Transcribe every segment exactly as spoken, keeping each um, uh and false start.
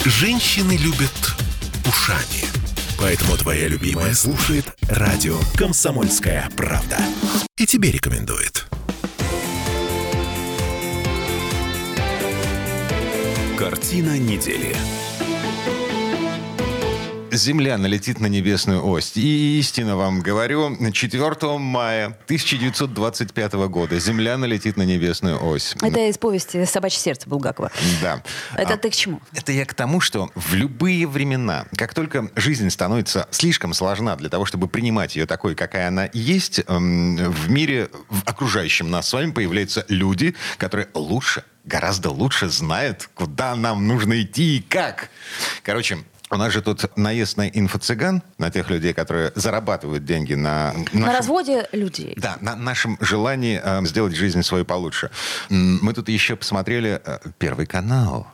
Женщины любят ушами. Поэтому твоя любимая слушает радио «Комсомольская правда». И тебе рекомендует. Картина недели. Земля налетит на небесную ось. И истинно вам говорю, четвёртого мая тысяча девятьсот двадцать пятого года Земля налетит на небесную ось. Это из повести «Собачье сердце» Булгакова. Да. Это а, ты к чему? Это я к тому, что в любые времена, как только жизнь становится слишком сложна для того, чтобы принимать ее такой, какая она есть, эм, в мире, в окружающем нас с вами появляются люди, которые лучше, гораздо лучше знают, куда нам нужно идти и как. Короче, у нас же тут наезд на инфо-цыган, на тех людей, которые зарабатывают деньги на... На нашем, разводе людей. Да, на нашем желании э, сделать жизнь свою получше. Мы тут еще посмотрели э, Первый канал.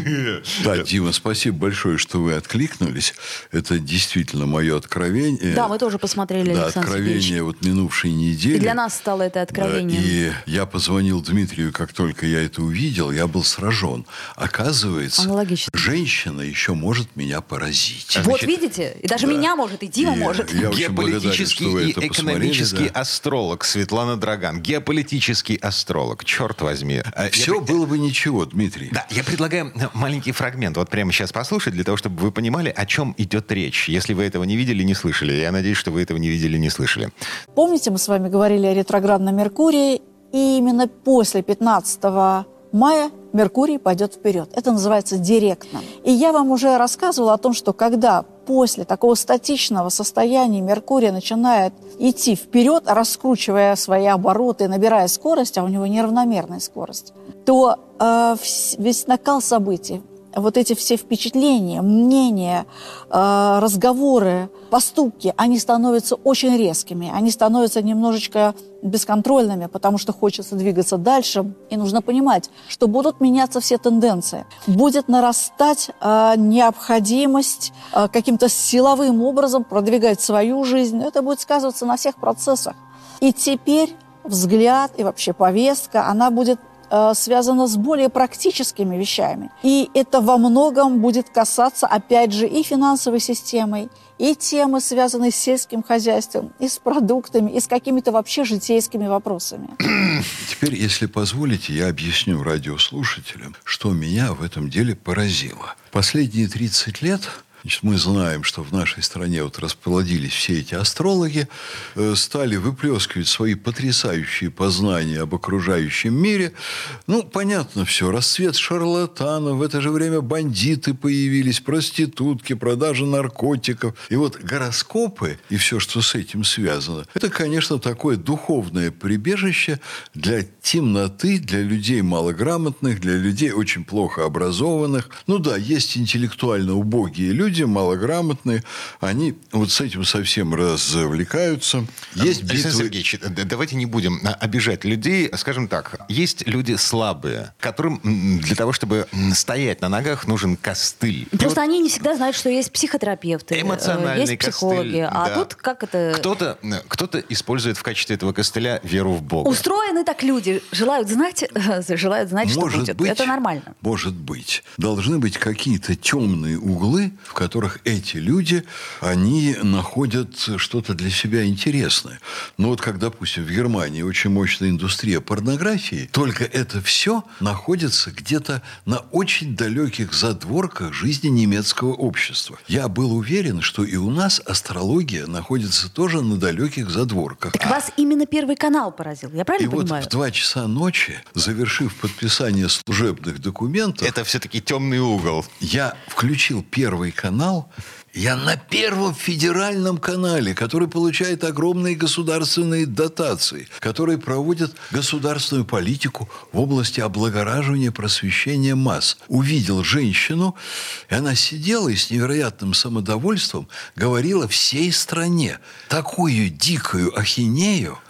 Да, Дима, спасибо большое, что вы откликнулись. Это действительно мое откровение. Да, мы тоже посмотрели, Да, Александр откровение Сергеевич. вот минувшей недели. И для нас стало это откровением. Да, и я позвонил Дмитрию, как только я это увидел, я был сражен. Оказывается, Аналогично. женщина еще может меня поразить. Вот Значит, видите? И даже да. меня может, и Дима И может. я очень благодарен, что вы Геополитический это и посмотрели. экономический Да. астролог Светлана Драган. Геополитический астролог. Черт возьми. Все Я... было бы ничего, Дмитрий. Да, я предлагаю маленький фрагмент вот прямо сейчас послушать, для того, чтобы вы понимали, о чем идет речь. Если вы этого не видели, не слышали. Я надеюсь, что вы этого не видели, не слышали. Помните, мы с вами говорили о ретроградном Меркурии, и именно после пятнадцатого мая Меркурий пойдет вперед. Это называется директно. И я вам уже рассказывала о том, что когда после такого статичного состояния Меркурий начинает идти вперед, раскручивая свои обороты, набирая скорость, а у него неравномерная скорость, то э, весь накал событий, вот эти все впечатления, мнения, э, разговоры, поступки, они становятся очень резкими, они становятся немножечко бесконтрольными, потому что хочется двигаться дальше. И нужно понимать, что будут меняться все тенденции. Будет нарастать э, необходимость э, каким-то силовым образом продвигать свою жизнь. Это будет сказываться на всех процессах. И теперь взгляд и вообще повестка, она будет связано с более практическими вещами. И это во многом будет касаться, опять же, и финансовой системой, и темы, связанные с сельским хозяйством, и с продуктами, и с какими-то вообще житейскими вопросами. Теперь, если позволите, я объясню радиослушателям, что меня в этом деле поразило. Последние тридцать лет... Значит, мы знаем, что в нашей стране вот расплодились все эти астрологи, э, стали выплескивать свои потрясающие познания об окружающем мире. Ну, понятно все. Расцвет шарлатанов. В это же время бандиты появились, проститутки, продажа наркотиков. И вот гороскопы и все, что с этим связано, это, конечно, такое духовное прибежище для темноты, для людей малограмотных, для людей очень плохо образованных. Ну да, есть интеллектуально убогие люди, Люди малограмотные, они вот с этим совсем развлекаются. Есть Александр битвы... Сергеевич, давайте не будем обижать людей. Скажем так, есть люди слабые, которым для того, чтобы стоять на ногах, нужен костыль. Просто вот они не всегда знают, что есть психотерапевты, эмоциональный есть психологи. костыль, А да. тут как это... Кто-то, кто-то использует в качестве этого костыля веру в Бога. Устроены так люди. Желают знать, желают знать, Может что будет. быть, Это нормально. Может быть. Должны быть какие-то темные углы, в которых эти люди, они находят что-то для себя интересное. Но вот как, допустим, в Германии очень мощная индустрия порнографии, только это все находится где-то на очень далеких задворках жизни немецкого общества. Я был уверен, что и у нас астрология находится тоже на далеких задворках. Так вас именно Первый канал поразил, я И правильно вот понимаю? в два часа ночи, завершив подписание служебных документов, Это все-таки темный угол. я включил Первый канал. Я на Первом федеральном канале, который получает огромные государственные дотации, который проводит государственную политику в области облагораживания, просвещения масс, увидел женщину, и она сидела и с невероятным самодовольством говорила всей стране такую дикую ахинею,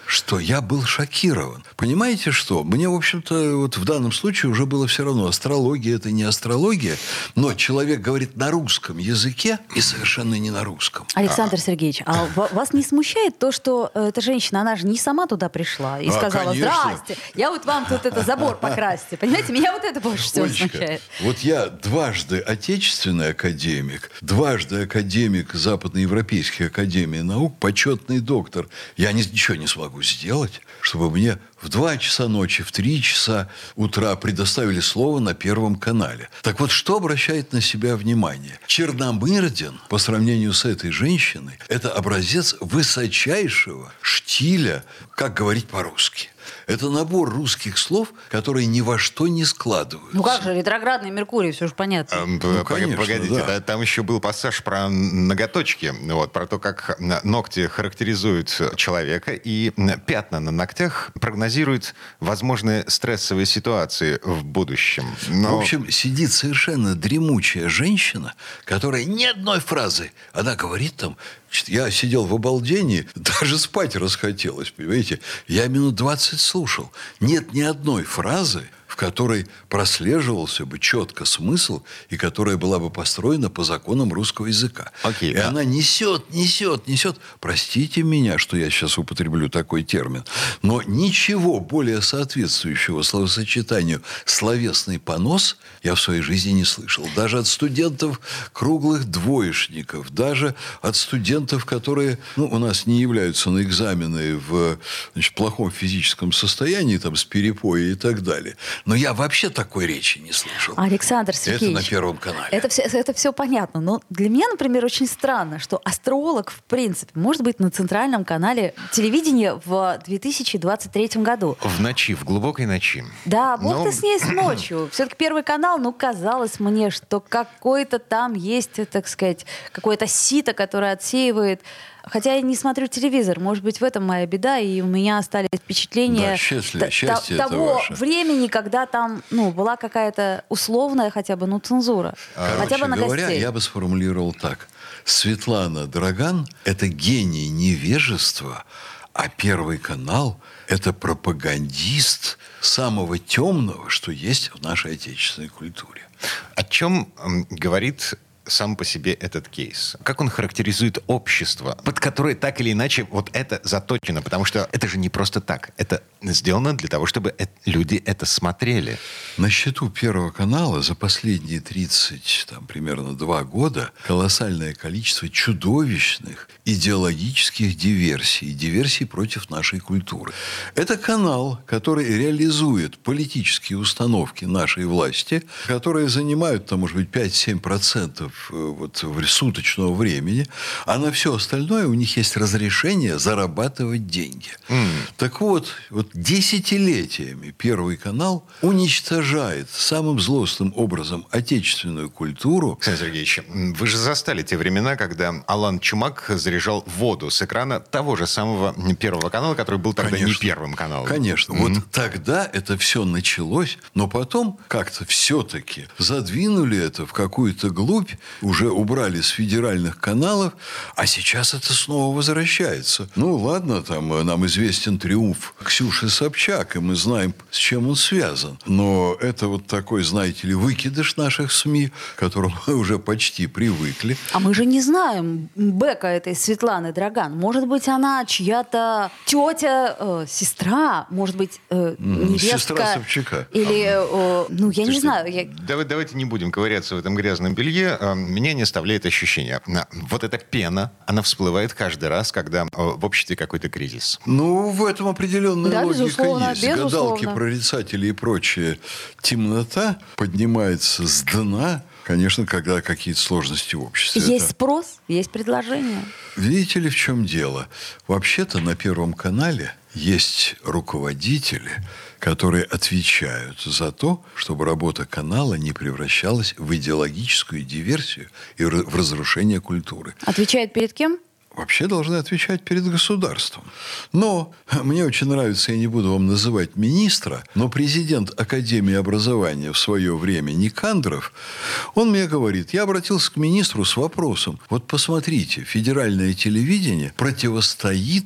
что я был шокирован. Понимаете что? Мне, в общем-то, вот в данном случае уже было все равно. Астрология – это не астрология, но человек говорит на русском языке и совершенно не на русском. Александр а. Сергеевич, а вас не смущает то, что эта женщина, она же не сама туда пришла и а, сказала: конечно. Здрасте, я вот вам тут это забор покрасьте. Понимаете, меня вот это больше всего Олечка, смущает. Вот я дважды отечественный академик, дважды академик Западноевропейской академии наук, почетный доктор. Я ничего не смогу сделать, чтобы мне в два часа ночи, в три часа утра предоставили слово на Первом канале. Так вот, что обращает на себя внимание? Черномырдин, по сравнению с этой женщиной, это образец высочайшего штиля, как говорить по-русски. Это набор русских слов, которые ни во что не складываются. Ну как же, ретроградный Меркурий, все же понятно. А, ну, конечно, погодите, да. Да, там еще был пассаж про ноготочки, вот, про то, как ногти характеризуют человека, и пятна на ногтях прогнозируют возможные стрессовые ситуации в будущем. Но... В общем, сидит совершенно дремучая женщина, которая ни одной фразы, она говорит там... Я сидел в обалдении, даже спать расхотелось, понимаете? Я минут двадцать слушал. Нет ни одной фразы, в которой прослеживался бы четко смысл и которая была бы построена по законам русского языка. Окей, и да. она несет, несет, несет. Простите меня, что я сейчас употреблю такой термин, но ничего более соответствующего словосочетанию «словесный понос» я в своей жизни не слышал. Даже от студентов круглых двоечников, даже от студентов, которые ну, у нас не являются на экзамены в значит, плохом физическом состоянии, там, с перепоя и так далее. Но я вообще такой речи не слышал. Александр Сергеевич, это на Первом канале. Это все, это все понятно. Но для меня, например, очень странно, что астролог, в принципе, может быть на центральном канале телевидения в две тысячи двадцать третьем году. В ночи, в глубокой ночи. Да, бог Но... ты с ней с ночью. Все-таки Первый канал, ну, казалось мне, что какой-то там есть, так сказать, какое-то сито, которое отсеивает. Хотя я не смотрю телевизор. Может быть, в этом моя беда, и у меня остались впечатления да, счастье, т- счастье т- того ваше. времени, когда там ну, была какая-то условная хотя бы ну, цензура. Короче хотя бы на говоря, гостей. я бы сформулировал так. Светлана Драган – это гений невежества, а Первый канал – это пропагандист самого темного, что есть в нашей отечественной культуре. О чем м, говорит сам по себе этот кейс? Как он характеризует общество, под которое так или иначе вот это заточено? Потому что это же не просто так. Это сделано для того, чтобы это, люди это смотрели. На счету Первого канала за последние тридцать, там, примерно два года колоссальное количество чудовищных идеологических диверсий, диверсий против нашей культуры. Это канал, который реализует политические установки нашей власти, которые занимают, там, может быть, пять-семь процентов вот, суточного времени, а на все остальное у них есть разрешение зарабатывать деньги. Mm. Так вот, вот десятилетиями Первый канал уничтожает самым злостным образом отечественную культуру. Александр Сергеевич, вы же застали те времена, когда Алан Чумак заряжал воду с экрана того же самого Первого канала, который был тогда Конечно. не Первым каналом. Конечно. Mm-hmm. Вот тогда это все началось, но потом как-то все-таки задвинули это в какую-то глубь, уже убрали с федеральных каналов, а сейчас это снова возвращается. Ну, ладно, там нам известен триумф Ксюши Собчак, и мы знаем, с чем он связан. Но это вот такой, знаете ли, выкидыш наших СМИ, к которому мы уже почти привыкли. А мы же не знаем бэка этой Светланы Драган. Может быть, она чья-то тетя, э, сестра, может быть, э, невестка. Сестра Собчака. Или, э, ну, я Слушайте, не знаю. Я... Давай, давайте не будем ковыряться в этом грязном белье. Меня не оставляет ощущение. Вот эта пена, она всплывает каждый раз, когда в обществе какой-то кризис. Ну, в этом определенная да, логика безусловно, есть. безусловно. Гадалки, прорицатели и прочее. Темнота поднимается с дна, конечно, когда какие-то сложности в обществе. Есть Это... спрос, есть предложение. Видите ли, в чем дело? Вообще-то на Первом канале есть руководители, которые отвечают за то, чтобы работа канала не превращалась в идеологическую диверсию и в разрушение культуры. Отвечает перед кем? Вообще должны отвечать перед государством. Но мне очень нравится, я не буду вам называть министра, но президент Академии образования в свое время Никандров, он мне говорит, я обратился к министру с вопросом, вот посмотрите, федеральное телевидение противостоит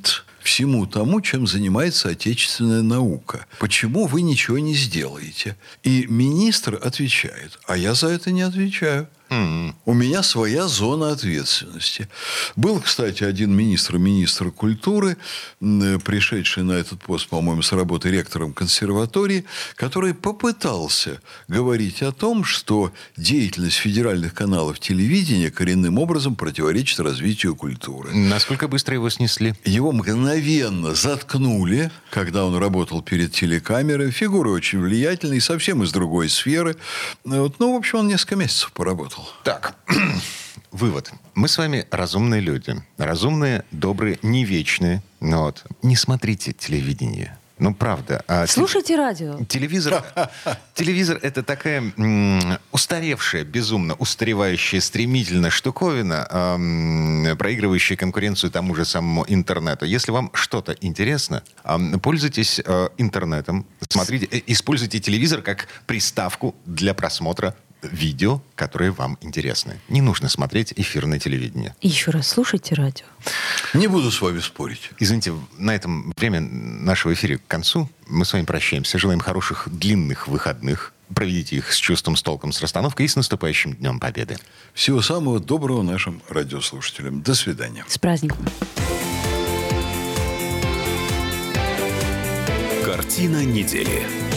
всему тому, чем занимается отечественная наука. Почему вы ничего не сделаете? И министр отвечает, а я за это не отвечаю. Mm-hmm. У меня своя зона ответственности. Был, кстати, один министр, министр культуры, пришедший на этот пост, по-моему, с работы ректором консерватории, который попытался говорить о том, что деятельность федеральных каналов телевидения коренным образом противоречит развитию культуры. Насколько быстро его снесли? Его мгновенно заткнули, когда он работал перед телекамерой. Фигура очень влиятельная, совсем из другой сферы. Вот. Ну, в общем, он несколько месяцев поработал. Так, вывод. Мы с вами разумные люди. Разумные, добрые, не вечные. Вот. Не смотрите телевидение. Ну, правда. А Слушайте теле... радио. Телевизор, телевизор – это такая м- устаревшая, безумно устаревающая стремительно штуковина, эм, проигрывающая конкуренцию тому же самому интернету. Если вам что-то интересно, эм, пользуйтесь э, интернетом, смотрите, э, используйте телевизор как приставку для просмотра видео, которые вам интересны. Не нужно смотреть эфирное телевидение. И еще раз слушайте радио. Не буду с вами спорить. Извините, на этом время нашего эфира к концу. Мы с вами прощаемся. Желаем хороших длинных выходных. Проведите их с чувством, с толком, с расстановкой и с наступающим Днем Победы. Всего самого доброго нашим радиослушателям. До свидания. С праздником. Картина недели.